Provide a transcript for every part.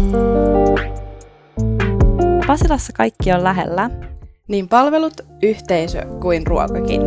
Pasilassa kaikki on lähellä. Niin palvelut, yhteisö kuin ruokakin.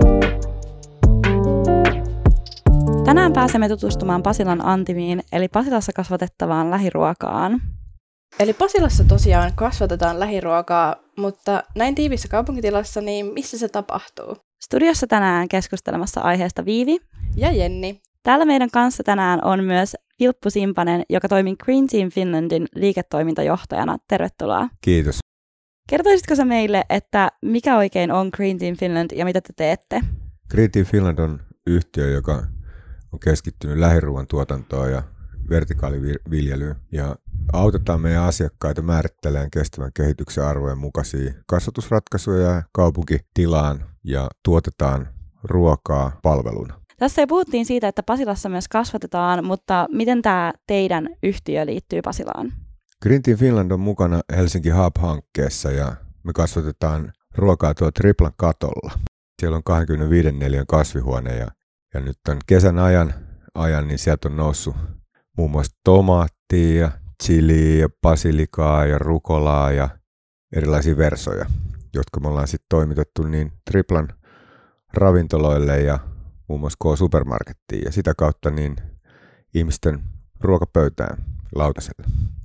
Tänään pääsemme tutustumaan Pasilan antimiin, eli Pasilassa kasvatettavaan lähiruokaan. Eli Pasilassa tosiaan kasvatetaan lähiruokaa, mutta näin tiivissä kaupunkitilassa, niin missä se tapahtuu? Studiossa tänään keskustelemassa aiheesta Viivi ja Jenni. Täällä meidän kanssa tänään on myös Vilppu Simpanen, joka toimii Green Team Finlandin liiketoimintajohtajana. Tervetuloa. Kiitos. Kertoisitko sä meille, että mikä oikein on Green Team Finland ja mitä te teette? Green Team Finland on yhtiö, joka on keskittynyt lähiruuan tuotantoon ja vertikaaliviljelyyn. Ja autetaan meidän asiakkaita määrittelemään kestävän kehityksen arvojen mukaisia kasvatusratkaisuja kaupunkitilaan ja tuotetaan ruokaa palveluna. Tässä jo puhuttiin siitä, että Pasilassa myös kasvatetaan, mutta miten tämä teidän yhtiö liittyy Pasilaan? Green Team Finland on mukana Helsinki Hub-hankkeessa ja me kasvatetaan ruokaa tuolla Triplan katolla. Siellä on 25 neliön kasvihuone ja nyt tämän kesän ajan niin sieltä on noussut muun muassa tomaattia ja chiliä ja basilikaa ja rukolaa ja erilaisia versoja, jotka me ollaan sitten toimitettu niin Triplan ravintoloille ja muun muassa K-supermarkettiin ja sitä kautta niin ihmisten ruokapöytään lautaselle.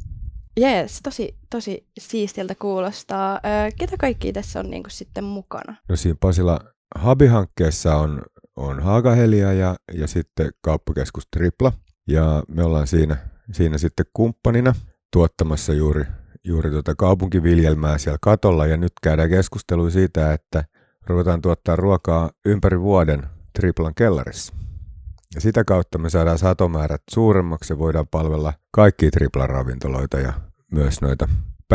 Jees, tosi siistiltä kuulostaa. Ketä kaikki tässä on niinku sitten mukana? No siinä Pasila Hub-hankkeessa on Haagahelia ja sitten kauppakeskus Tripla. Ja me ollaan siinä sitten kumppanina tuottamassa juuri kaupunkiviljelmää siellä katolla. Ja nyt käydään keskustelua siitä, että ruvetaan tuottaa ruokaa ympäri vuoden Triplan kellarissa. Ja sitä kautta me saadaan satomäärät suuremmaksi ja voidaan palvella kaikkia Triplan ravintoloita ja myös noita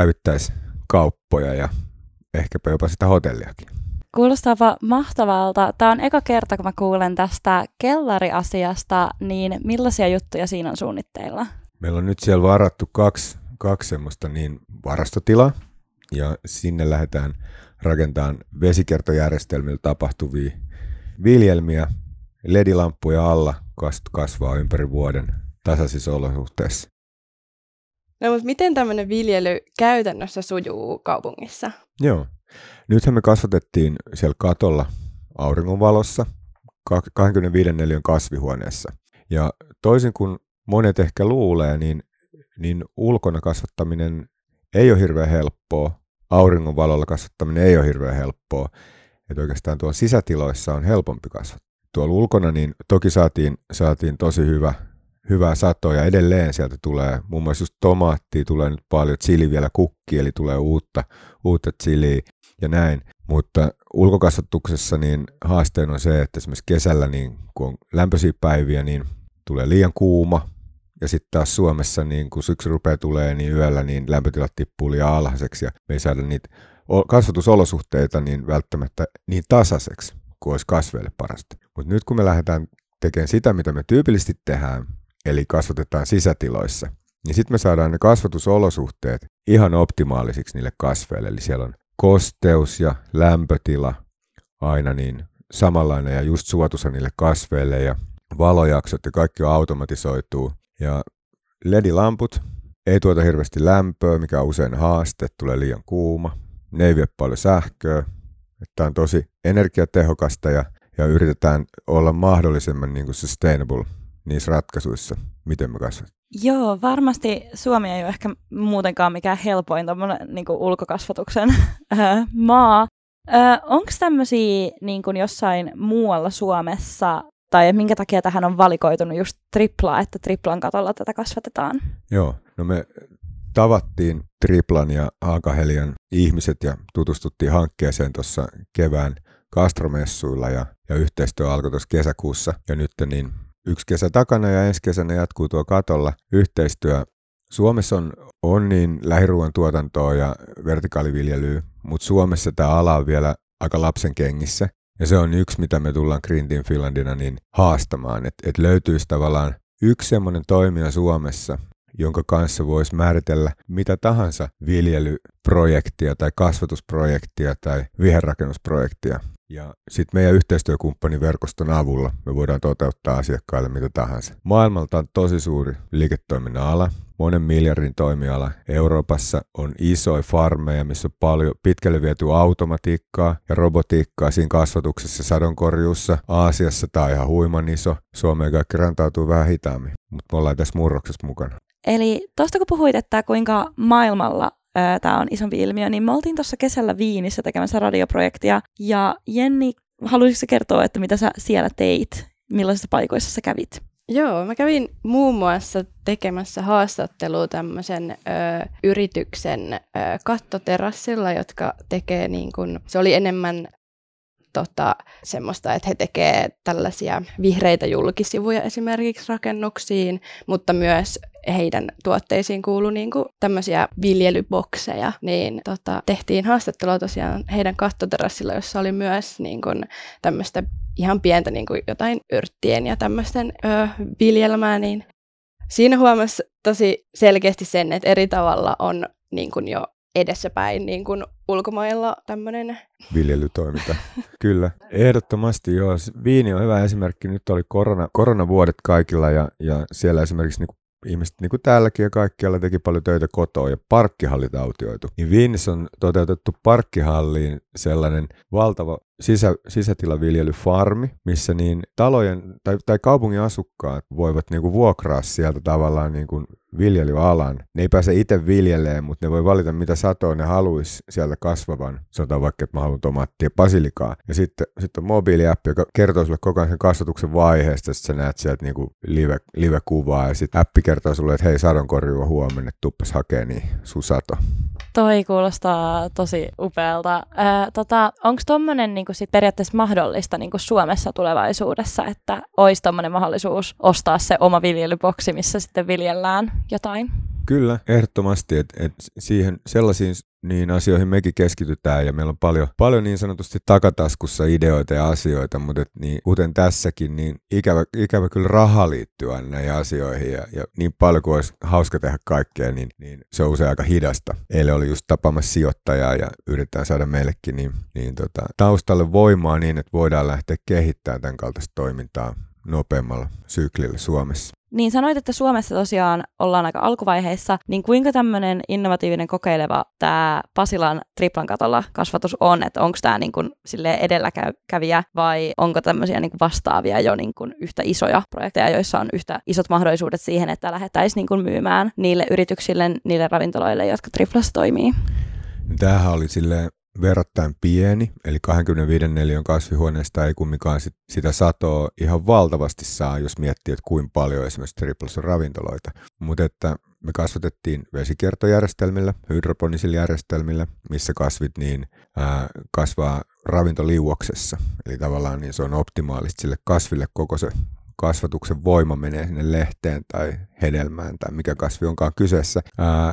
päivittäiskauppoja ja ehkäpä jopa sitä hotelliakin. Kuulostaapa mahtavalta. Tämä on eka kerta, kun mä kuulen tästä kellariasiasta, niin millaisia juttuja siinä on suunnitteilla? Meillä on nyt siellä varattu kaksi semmoista niin varastotilaa ja sinne lähdetään rakentamaan vesikiertojärjestelmillä tapahtuvia viljelmiä. LED-lamppuja alla kasvaa ympäri vuoden tasaisissa olosuhteissa. No, mutta miten tämmöinen viljely käytännössä sujuu kaupungissa? Joo. Nythän me kasvatettiin siellä katolla auringonvalossa 25 neliön kasvihuoneessa. Ja toisin kuin monet ehkä luulee, niin ulkona kasvattaminen ei ole hirveän helppoa. Auringonvalolla kasvattaminen ei ole hirveän helppoa. Että oikeastaan tuolla sisätiloissa on helpompi kasvattaa. Tuolla ulkona niin toki saatiin tosi hyvää satoa ja edelleen sieltä tulee muun muassa just tomaattia, tulee nyt paljon, chili vielä kukki, eli tulee uutta chiliä ja näin. Mutta ulkokasvatuksessa niin haasteena on se, että esimerkiksi kesällä niin kun on lämpöisiä päiviä, niin tulee liian kuuma. Ja sitten taas Suomessa, niin kun syksy rupeaa tulee, niin yöllä niin lämpötilat tippuu liian alhaiseksi ja me ei saada niitä kasvatusolosuhteita niin välttämättä niin tasaiseksi kuin olisi kasveille parasta. Mutta nyt kun me lähdetään tekemään sitä, mitä me tyypillisesti tehdään, eli kasvatetaan sisätiloissa, niin sitten me saadaan ne kasvatusolosuhteet ihan optimaalisiksi niille kasveille. Eli siellä on kosteus ja lämpötila aina niin samanlainen ja just suotuisa niille kasveille ja valojaksot ja kaikki on automatisoituu. Ja LED-lamput ei tuota hirveästi lämpöä, mikä on usein haaste, tulee liian kuuma. Ne ei vie paljon sähköä. Tämä on tosi energiatehokasta ja yritetään olla mahdollisimman niin kuin sustainable niissä ratkaisuissa, miten me kasvatetaan. Joo, varmasti Suomi ei ole ehkä muutenkaan mikään helpoin niin kuin ulkokasvatuksen maa. Onko tämmöisiä niin kuin jossain muualla Suomessa, tai minkä takia tähän on valikoitunut just Tripla, että Triplan katolla tätä kasvatetaan? Joo, no me tavattiin Triplan ja Haagahelian ihmiset ja tutustuttiin hankkeeseen tuossa kevään gastromessuilla ja yhteistyö alkoi tuossa kesäkuussa. Ja nyt niin yksi kesä takana ja ensi kesänä jatkuu tuo katolla yhteistyö. Suomessa on niin lähiruuan tuotantoa ja vertikaaliviljelyä, mutta Suomessa tämä ala on vielä aika lapsen kengissä. Ja se on yksi, mitä me tullaan Green Team Finlandina niin haastamaan, että löytyisi tavallaan yksi semmoinen toimija Suomessa, jonka kanssa voisi määritellä mitä tahansa viljelyprojektia tai kasvatusprojektia tai viherrakennusprojektia, Ja sitten meidän yhteistyökumppaniverkoston avulla me voidaan toteuttaa asiakkaille mitä tahansa. Maailmalta on tosi suuri liiketoiminnan ala, monen miljardin toimiala. Euroopassa on isoja farmeja, missä on paljon pitkälle viety automatiikkaa ja robotiikkaa siinä kasvatuksessa, sadonkorjuussa. Aasiassa tämä on ihan huiman iso. Suomeen kaikki rantautuu vähän hitaammin, mutta me ollaan tässä murroksessa mukana. Eli tuosta kun puhuit, että kuinka maailmalla tämä on isompi ilmiö, niin me oltiin tuossa kesällä Viinissä tekemässä radioprojektia. Ja Jenni, haluaisitko kertoa, että mitä sä siellä teit? Millaisissa paikoissa sä kävit? Joo, mä kävin muun muassa tekemässä haastattelua tämmöisen yrityksen kattoterassilla, jotka tekee niin kuin, se oli enemmän semmoista, että he tekee tällaisia vihreitä julkisivuja esimerkiksi rakennuksiin, mutta myös heidän tuotteisiin kuuluu niinku tämmöisiä viljelybokseja, niin tehtiin haastattelua tosiaan heidän kattoterassilla, jossa oli myös niinku tämmöistä ihan pientä niinku jotain yrttien ja tämmöisten viljelmää, niin siinä huomasi tosi selkeästi sen, että eri tavalla on niinku jo edessäpäin niin kuin ulkomailla tämmöinen viljelytoiminta. Kyllä, ehdottomasti joo. Viini on hyvä esimerkki. Nyt oli koronavuodet kaikilla ja siellä esimerkiksi ihmiset niin kuin täälläkin ja kaikkialla teki paljon töitä kotoa ja parkkihallit autioitu. Niin Viinissä on toteutettu parkkihalliin sellainen valtava sisätilaviljelyfarmi, missä niin talojen tai kaupungin asukkaat voivat niin kuin vuokraa sieltä tavallaan niin kuin viljelyalan. Ne ei pääse itse viljelemään, mutta ne voi valita mitä satoa ne haluaisi sieltä kasvavan. Sanotaan vaikka, että mä haluan tomaattia ja basilikaa. Ja sitten on mobiiliäppi, joka kertoo sulle koko ajan sen kasvatuksen vaiheesta. Sitten sä näet sieltä niin kuin live-kuvaa ja sitten appi kertoo sulle, että hei, sadonkorjuu huomenna, että tuppas hakee niin sun sato. Toi kuulostaa tosi upealta. Onko tommonen niinku sit periaatteessa mahdollista niinku Suomessa tulevaisuudessa, että olisi tommonen mahdollisuus ostaa se oma viljelyboksi, missä sitten viljellään jotain? Kyllä, ehdottomasti, että siihen sellaisiin niin asioihin mekin keskitytään ja meillä on paljon niin sanotusti takataskussa ideoita ja asioita, mutta niin, kuten tässäkin, niin ikävä kyllä raha liittyy aina näihin asioihin ja niin paljon kuin olisi hauska tehdä kaikkea, niin se on usein aika hidasta. Eilen oli just tapaamassa sijoittajaa ja yritetään saada meillekin niin taustalle voimaa niin, että voidaan lähteä kehittämään tämän kaltaista toimintaa nopeammalla syklillä Suomessa. Niin sanoit, että Suomessa tosiaan ollaan aika alkuvaiheissa, niin kuinka tämmöinen innovatiivinen kokeileva tämä Pasilan triplan katolla kasvatus on, että onko tämä niin kuin silleen edelläkävijä vai onko tämmöisiä niin kuin vastaavia jo niin kuin yhtä isoja projekteja, joissa on yhtä isot mahdollisuudet siihen, että lähdettäisiin niin kuin myymään niille yrityksille, niille ravintoloille, jotka triplassa toimii? Tämähän oli silleen verrattain pieni, eli 25 neliön kasvihuoneesta ei kumminkaan sitä satoa ihan valtavasti saa, jos miettii, että kuinka paljon esimerkiksi triplassa on ravintoloita. Mutta että me kasvatettiin vesikiertojärjestelmillä, hydroponisilla järjestelmillä, missä kasvit niin kasvaa ravintoliuoksessa. Eli tavallaan niin se on optimaalista sille kasville, koko se kasvatuksen voima menee sinne lehteen tai hedelmään tai mikä kasvi onkaan kyseessä.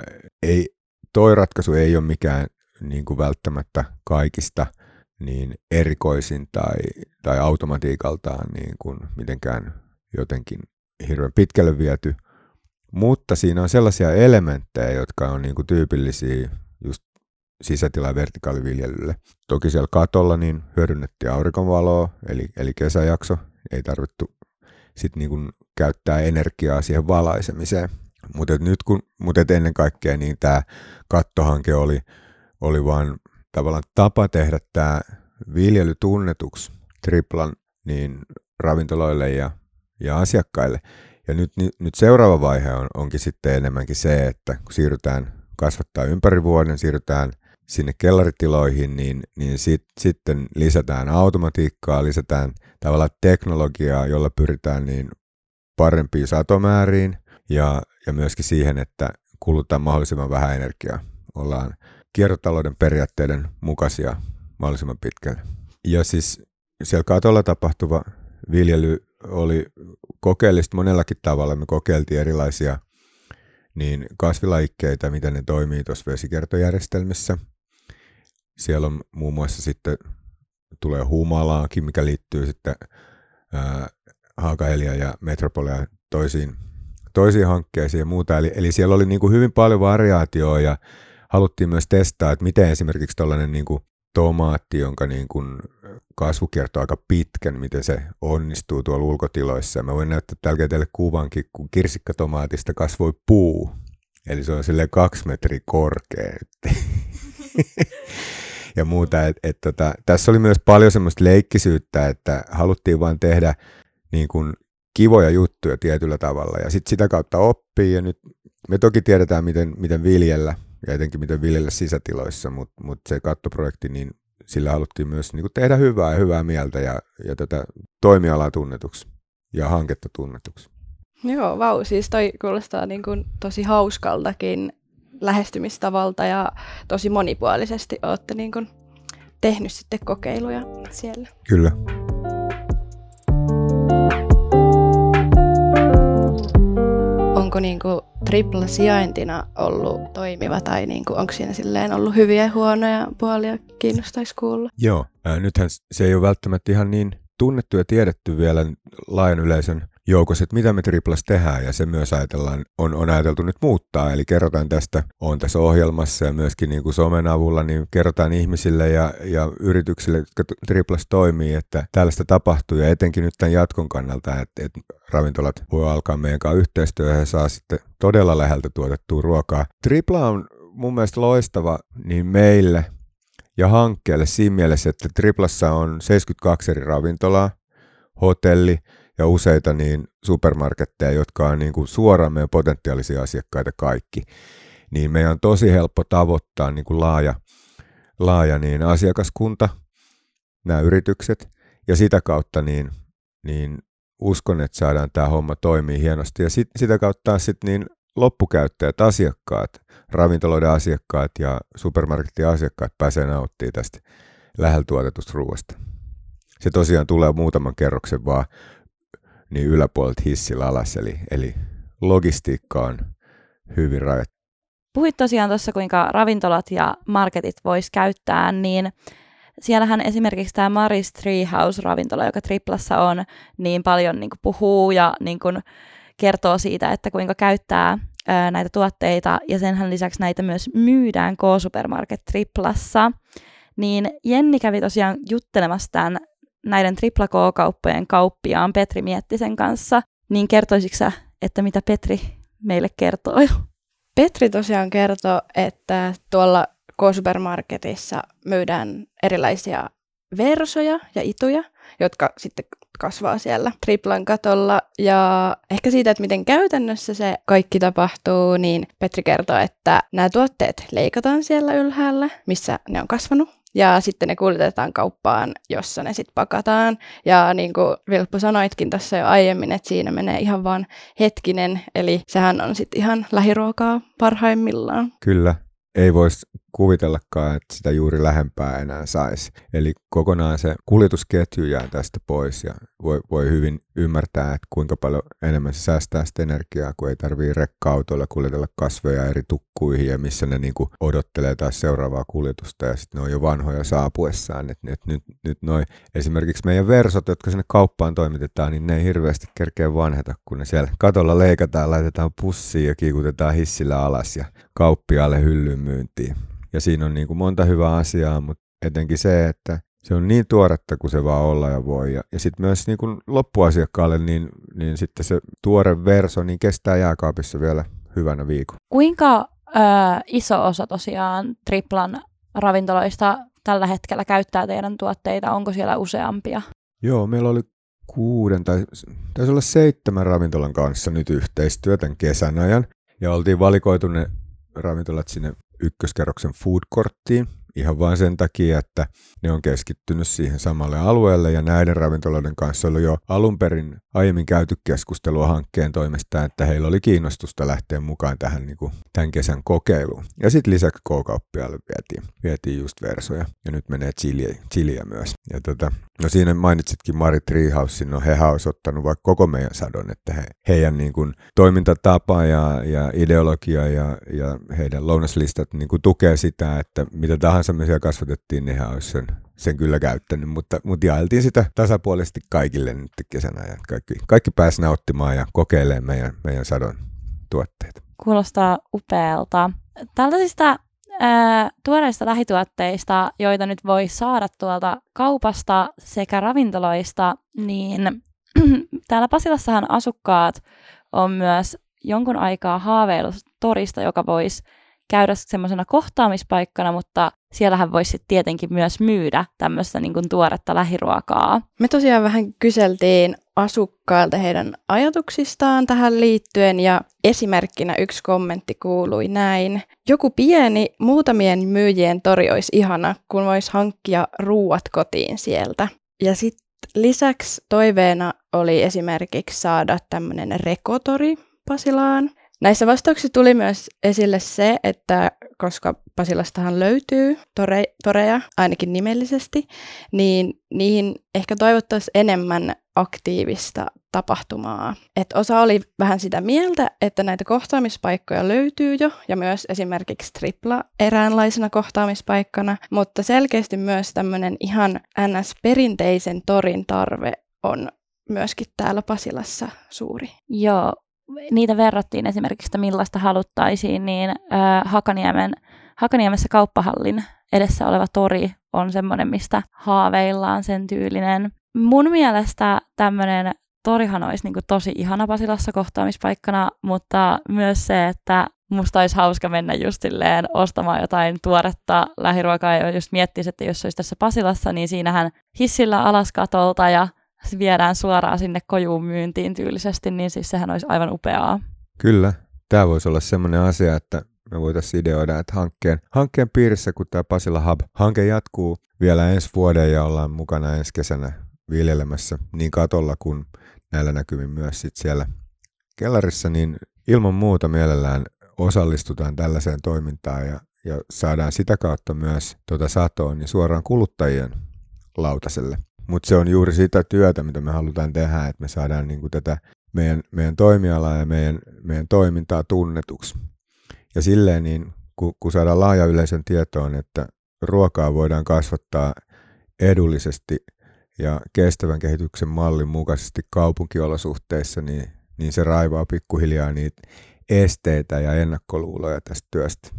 Toi ratkaisu ei ole mikään niin kuin välttämättä kaikista niin erikoisin tai automatiikaltaan niin kuin mitenkään jotenkin hirveän pitkälle viety, mutta siinä on sellaisia elementtejä, jotka on niin kuin tyypillisiä just sisätila- ja vertikaaliviljelylle. Toki siellä katolla niin hyödynnettiin auringonvaloa, eli kesäjakso, ei tarvittu sit niin kuin käyttää energiaa siihen valaisemiseen, mutta ennen kaikkea niin tämä kattohanke oli vaan tavallaan tapa tehdä tämä viljely tunnetuksi triplan niin ravintoloille ja asiakkaille. Ja nyt seuraava vaihe onkin sitten enemmänkin se, että kun siirrytään kasvattaa ympäri vuoden, siirrytään sinne kellaritiloihin, niin sitten lisätään automatiikkaa, lisätään tavallaan teknologiaa, jolla pyritään niin parempiin satomääriin ja myöskin siihen, että kulutaan mahdollisimman vähän energiaa. Ollaan kiertotalouden periaatteiden mukaisia mahdollisimman pitkälle. Ja siis siellä katolla tapahtuva viljely oli kokeellista monellakin tavalla. Me kokeiltiin erilaisia niin kasvilajikkeita, miten ne toimii tuossa vesikiertojärjestelmissä. Siellä on muun muassa sitten tulee humalaakin, mikä liittyy sitten Haakaelia ja Metropolia toisiin hankkeisiin ja muuta. Eli siellä oli niin kuin hyvin paljon variaatioa ja haluttiin myös testaa, että miten esimerkiksi tällainen niin kuin tomaatti, jonka niin kuin kasvukierto on aika pitkän, miten se onnistuu tuolla ulkotiloissa. Mä voin näyttää tällä teille kuvankin, kun kirsikkatomaatista kasvoi puu. Eli se on silleen 2 metriä korkea. Ja muuta. Tässä oli myös paljon semmoista leikkisyyttä, että haluttiin vaan tehdä niin kuin kivoja juttuja tietyllä tavalla. Ja sitten sitä kautta oppii. Ja nyt me toki tiedetään, miten viljellä, ja etenkin miten viljellä sisätiloissa, mutta se kattoprojekti, niin sillä haluttiin myös niin kuin tehdä hyvää mieltä ja tätä toimialaa tunnetuksi ja hanketta tunnetuksi. Joo, vau. Siis toi kuulostaa niin kuin tosi hauskaltakin lähestymistavalta ja tosi monipuolisesti olette niin kuin tehnyt sitten kokeiluja siellä. Kyllä. Onko niin kuin Tripla sijaintina ollut toimiva tai niin kuin, onko siinä silleen ollut hyviä ja huonoja puolia, kiinnostaisi kuulla? Joo, nythän se ei ole välttämättä ihan niin tunnettu ja tiedetty vielä laajan yleisön joukossa, että mitä me Triplas tehdään, ja se myös on ajateltu nyt muuttaa, eli kerrotaan tästä, on tässä ohjelmassa ja myöskin niin kuin somen avulla, niin kerrotaan ihmisille ja yrityksille, jotka Triplas toimii, että tällaista tapahtuu, ja etenkin nyt tämän jatkon kannalta, että ravintolat voi alkaa meidän kanssa yhteistyöhön ja saa sitten todella läheltä tuotettua ruokaa. Tripla on mun mielestä loistava niin meille ja hankkeelle siinä mielessä, että Triplassa on 72 eri ravintolaa, hotelli, ja useita niin supermarketteja, jotka on niin kuin suoraan meidän potentiaalisia asiakkaita kaikki. Niin meidän on tosi helppo tavoittaa niin kuin laaja niin asiakaskunta, nämä yritykset. Ja sitä kautta niin uskon, että saadaan tämä homma toimii hienosti. Ja sitä kautta sitten niin loppukäyttäjät, asiakkaat, ravintoloiden asiakkaat ja supermarketin asiakkaat pääsee nauttimaan tästä lähellä tuotetusta ruoasta. Se tosiaan tulee muutaman kerroksen vaan niin yläpuolelta hissillä alas, eli logistiikka on hyvin rajattu. Puhuit tosiaan tuossa, kuinka ravintolat ja marketit vois käyttää, niin siellähän esimerkiksi tämä Maris Treehouse-ravintola, joka Triplassa on, niin paljon niin kuin puhuu ja niin kuin kertoo siitä, että kuinka käyttää näitä tuotteita, ja senhän lisäksi näitä myös myydään K-Supermarket Triplassa. Niin Jenni kävi tosiaan juttelemassa tämän näiden Tripla K-kauppojen kauppiaan Petri Miettisen kanssa, niin kertoisitko sä, että mitä Petri meille kertoo? Petri tosiaan kertoo, että tuolla K-Supermarketissa myydään erilaisia versoja ja ituja, jotka sitten kasvaa siellä Triplan katolla. Ja ehkä siitä, että miten käytännössä se kaikki tapahtuu, niin Petri kertoo, että nämä tuotteet leikataan siellä ylhäällä, missä ne on kasvanut. Ja sitten ne kuljetetaan kauppaan, jossa ne sitten pakataan. Ja niin kuin Vilppu sanoitkin tuossa jo aiemmin, että siinä menee ihan vaan hetkinen. Eli sehän on sitten ihan lähiruokaa parhaimmillaan. Kyllä. Ei voisi kuvitellakaan, että sitä juuri lähempää enää saisi. Eli kokonaan se kuljetusketju jää tästä pois ja voi hyvin ymmärtää, että kuinka paljon enemmän se säästää sitä energiaa, kun ei tarvitse rekka-autoilla kuljetella kasveja eri tukkuihin ja missä ne niinku odottelee taas seuraavaa kuljetusta ja sitten ne on jo vanhoja saapuessaan. Et nyt noi esimerkiksi meidän versot, jotka sinne kauppaan toimitetaan, niin ne ei hirveästi kerkeä vanheta, kun ne siellä katolla leikataan, laitetaan pussiin ja kiikutetaan hissillä alas ja kauppiaalle hyllyyn myyntiin. Ja siinä on niin kuin monta hyvää asiaa, mutta etenkin se, että se on niin tuoretta kuin se vaan olla ja voi. Ja sitten myös niin kuin loppuasiakkaalle, niin sitten se tuore verso niin kestää jääkaapissa vielä hyvänä viikon. Kuinka iso osa tosiaan Triplan ravintoloista tällä hetkellä käyttää teidän tuotteita? Onko siellä useampia? Joo, meillä oli 6 tai taisi olla 7 ravintolan kanssa nyt yhteistyö tämän kesän ajan. Ja oltiin valikoitu ne ravintolat sinne ykköskerroksen food courttiin ihan vain sen takia, että ne on keskittynyt siihen samalle alueelle ja näiden ravintoloiden kanssa oli jo alun perin aiemmin käyty keskustelua hankkeen toimesta, että heillä oli kiinnostusta lähteä mukaan tähän niin kuin tämän kokeiluun. Ja sitten lisäksi K-kauppialle vietiin just versoja ja nyt menee chiliä myös. Ja no siinä mainitsitkin Maris Treehouse, no hehän olisi ottanut vaikka koko meidän sadon, että heidän niin kuin toimintatapa ja ideologia ja heidän lounaslistat niin kuin tukee sitä, että mitä tahansa me siellä kasvatettiin, niin hehän olisi sen kyllä käyttänyt, mutta jaeltiin sitä tasapuolisesti kaikille nyt kesän ajan. Kaikki pääsi nauttimaan ja kokeilemaan meidän sadon tuotteita. Kuulostaa upealta. Tällaisista tuoreista lähituotteista, joita nyt voi saada tuolta kaupasta sekä ravintoloista, niin täällä Pasilassahan asukkaat on myös jonkun aikaa haaveillut torista, joka voisi käydä semmoisena kohtaamispaikkana, mutta siellähän voisi tietenkin myös myydä tämmöistä niin kuin tuoretta lähiruokaa. Me tosiaan vähän kyseltiin asukkailta heidän ajatuksistaan tähän liittyen, ja esimerkkinä yksi kommentti kuului näin. Joku pieni, muutamien myyjien tori olisi ihana, kun voisi hankkia ruuat kotiin sieltä. Ja sitten lisäksi toiveena oli esimerkiksi saada tämmöinen rekotori Pasilaan. Näissä vastauksissa tuli myös esille se, että koska Pasilastahan löytyy toreja, ainakin nimellisesti, niin niihin ehkä toivottaisiin enemmän aktiivista tapahtumaa. Et osa oli vähän sitä mieltä, että näitä kohtaamispaikkoja löytyy jo, ja myös esimerkiksi Tripla eräänlaisena kohtaamispaikkana, mutta selkeästi myös tämmöinen ihan NS-perinteisen torin tarve on myöskin täällä Pasilassa suuri. Joo. Niitä verrattiin esimerkiksi, että millaista haluttaisiin, niin Hakaniemessä kauppahallin edessä oleva tori on semmoinen, mistä haaveillaan sen tyylinen. Mun mielestä tämmöinen torihan olisi niin kuin tosi ihana Pasilassa kohtaamispaikkana, mutta myös se, että musta olisi hauska mennä just silleen ostamaan jotain tuoretta lähiruokaa, ja just miettisi, että jos olisi tässä Pasilassa, niin siinähän hissillä alas katolta ja viedään suoraan sinne kojuun myyntiin tyylisesti, niin siis sehän olisi aivan upeaa. Kyllä. Tämä voisi olla semmoinen asia, että me voitaisiin ideoida, että hankkeen piirissä, kun tämä Pasila Hub-hanke jatkuu vielä ensi vuoden ja ollaan mukana ensi kesänä viljelemässä niin katolla kuin näillä näkymin myös sit siellä kellarissa, niin ilman muuta mielellään osallistutaan tällaiseen toimintaan ja saadaan sitä kautta myös satoon niin suoraan kuluttajien lautaselle. Mutta se on juuri sitä työtä, mitä me halutaan tehdä, että me saadaan niinku tätä meidän toimialaa ja meidän toimintaa tunnetuksi. Ja silleen, niin, kun saadaan laaja yleisön tietoon, että ruokaa voidaan kasvattaa edullisesti ja kestävän kehityksen mallin mukaisesti kaupunkiolosuhteissa, niin se raivaa pikkuhiljaa niitä esteitä ja ennakkoluuloja tästä työstä.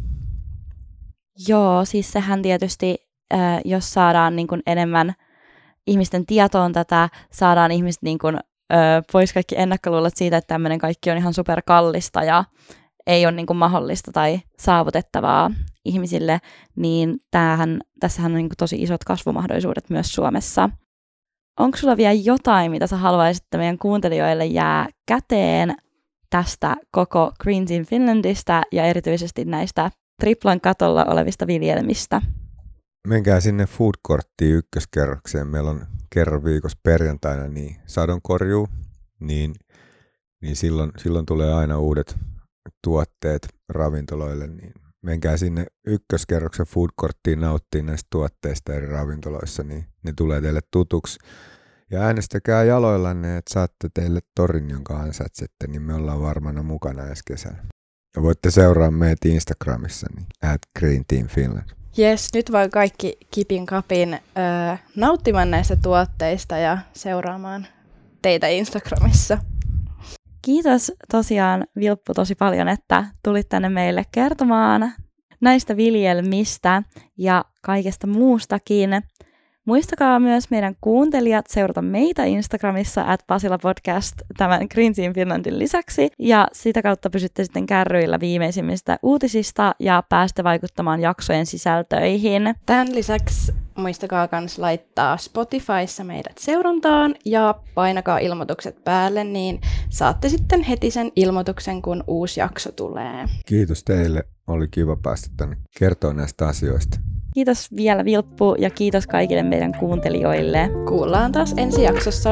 Joo, siis sehän tietysti, jos saadaan niin kuin enemmän ihmisten tietoon tätä, saadaan ihmiset niin kuin, pois kaikki ennakkoluulot siitä, että tämmöinen kaikki on ihan superkallista ja ei ole niin kuin mahdollista tai saavutettavaa ihmisille, niin tässähän on niin kuin tosi isot kasvumahdollisuudet myös Suomessa. Onko sulla vielä jotain, mitä sä haluaisit, että meidän kuuntelijoille jää käteen tästä koko Greens in Finlandista ja erityisesti näistä Triplan katolla olevista viljelmistä? Menkää sinne food courttiin ykköskerrokseen. Meillä on kerran viikossa perjantaina niin sadonkorjuu, niin silloin tulee aina uudet tuotteet ravintoloille. Niin menkää sinne ykköskerroksen food courttiin nauttiin näistä tuotteista eri ravintoloissa, niin ne tulee teille tutuksi. Ja äänestäkää jaloillanne, että saatte teille torin, jonka ansaitsette, niin me ollaan varmana mukana ensi kesänä. Ja voitte seuraa meitä Instagramissa, niin @GreenTeamFinland. Jes, nyt voi kaikki kipin kapin nauttimaan näistä tuotteista ja seuraamaan teitä Instagramissa. Kiitos tosiaan Vilppu tosi paljon, että tulit tänne meille kertomaan näistä viljelmistä ja kaikesta muustakin. Muistakaa myös meidän kuuntelijat seurata meitä Instagramissa @PasilaPodcast tämän Greens in Finlandin lisäksi. Ja sitä kautta pysytte sitten kärryillä viimeisimmistä uutisista ja päästä vaikuttamaan jaksojen sisältöihin. Tämän lisäksi muistakaa myös laittaa Spotifyssa meidät seurantaan ja painakaa ilmoitukset päälle, niin saatte sitten heti sen ilmoituksen, kun uusi jakso tulee. Kiitos teille. Oli kiva päästä tänne kertoa näistä asioista. Kiitos vielä Vilppu ja kiitos kaikille meidän kuuntelijoille. Kuullaan taas ensi jaksossa.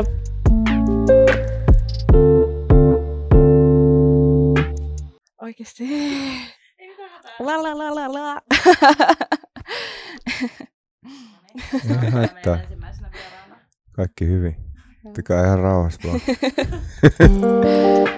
Oikeesti. Ei mitään hätää. La la la la la. Kaikki hyvin. Pitäkää ihan rauhassa vaan.